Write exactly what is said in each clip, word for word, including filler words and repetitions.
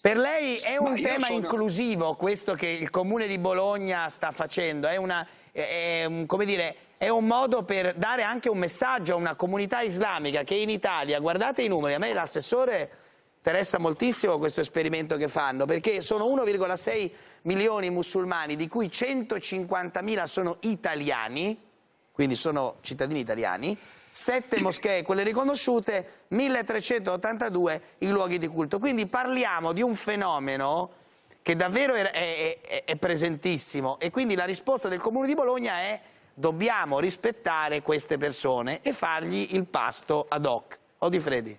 Per lei è un tema sono... inclusivo questo che il Comune di Bologna sta facendo? È, una, è, è, come dire, è un modo per dare anche un messaggio a una comunità islamica che in Italia, guardate i numeri, a me l'assessore interessa moltissimo questo esperimento che fanno, perché sono uno virgola sei milioni musulmani, di cui centocinquantamila sono italiani, quindi sono cittadini italiani, sette moschee, quelle riconosciute, milletrecentottantadue i luoghi di culto. Quindi parliamo di un fenomeno che davvero è, è, è, è presentissimo, e quindi la risposta del Comune di Bologna è: dobbiamo rispettare queste persone e fargli il pasto ad hoc. Odifredi.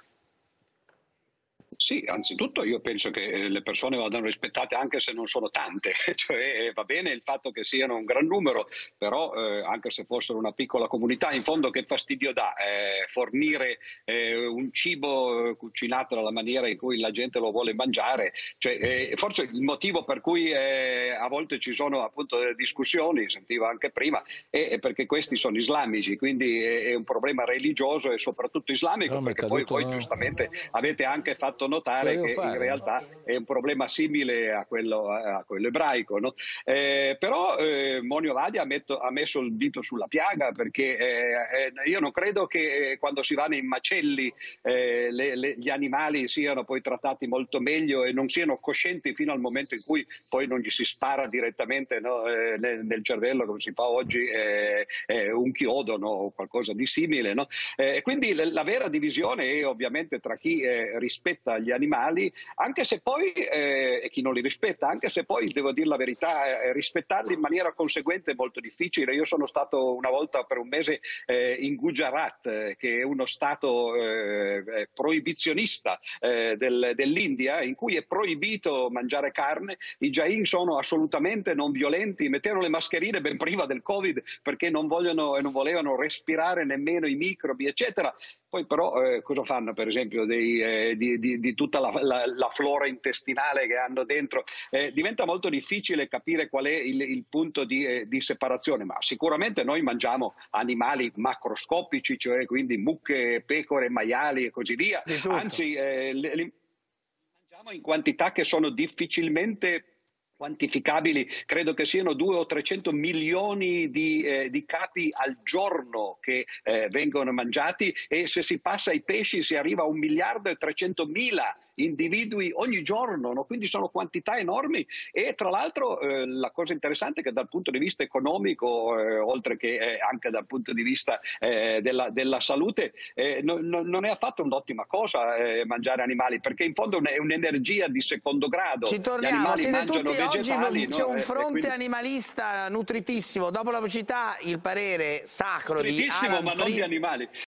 Sì, anzitutto io penso che le persone vadano rispettate anche se non sono tante, cioè va bene il fatto che siano un gran numero, però eh, anche se fossero una piccola comunità, in fondo che fastidio dà eh, fornire eh, un cibo cucinato nella maniera in cui la gente lo vuole mangiare, cioè, eh, forse il motivo per cui eh, a volte ci sono appunto delle discussioni, sentivo anche prima, è, è perché questi sono islamici, quindi è, è un problema religioso e soprattutto islamico, no, perché poi voi giustamente avete anche fatto notare che in realtà è un problema simile a quello, a quello ebraico, no? Eh, però eh, Monio Vadia ha, metto, ha messo il dito sulla piaga, perché eh, io non credo che quando si va nei macelli eh, le, le, gli animali siano poi trattati molto meglio e non siano coscienti fino al momento in cui poi non gli si spara direttamente, no, eh, nel, nel cervello, come si fa oggi, eh, eh, un chiodo, no, o qualcosa di simile, no? Eh, quindi la, la vera divisione è ovviamente tra chi eh, rispetta gli animali, anche se poi, eh, e chi non li rispetta, anche se poi, devo dire la verità, eh, rispettarli in maniera conseguente è molto difficile. Io sono stato una volta per un mese eh, in Gujarat, eh, che è uno stato eh, proibizionista eh, del, dell'India, in cui è proibito mangiare carne. I Jain sono assolutamente non violenti, mettevano le mascherine ben prima del Covid perché non vogliono e non volevano respirare nemmeno i microbi, eccetera. Poi però eh, cosa fanno, per esempio, dei, eh, di, di, di tutta la, la, la flora intestinale che hanno dentro? Eh, diventa molto difficile capire qual è il, il punto di, eh, di separazione, ma sicuramente noi mangiamo animali macroscopici, cioè quindi mucche, pecore, maiali e così via, anzi eh, li, li mangiamo in quantità che sono difficilmente quantificabili. Credo che siano due o trecento milioni di, eh, di capi al giorno che eh, vengono mangiati, e se si passa ai pesci si arriva a un miliardo e trecentomila individui ogni giorno, no? Quindi sono quantità enormi, e tra l'altro eh, la cosa interessante è che dal punto di vista economico, eh, oltre che eh, anche dal punto di vista eh, della, della salute, eh, no, no, non è affatto un'ottima cosa eh, mangiare animali, perché in fondo è un'energia di secondo grado. Ci torniamo, siete tutti, oggi c'è no? un fronte quindi... animalista nutritissimo. Dopo la pubblicità il parere sacro di Alan ma non di animali.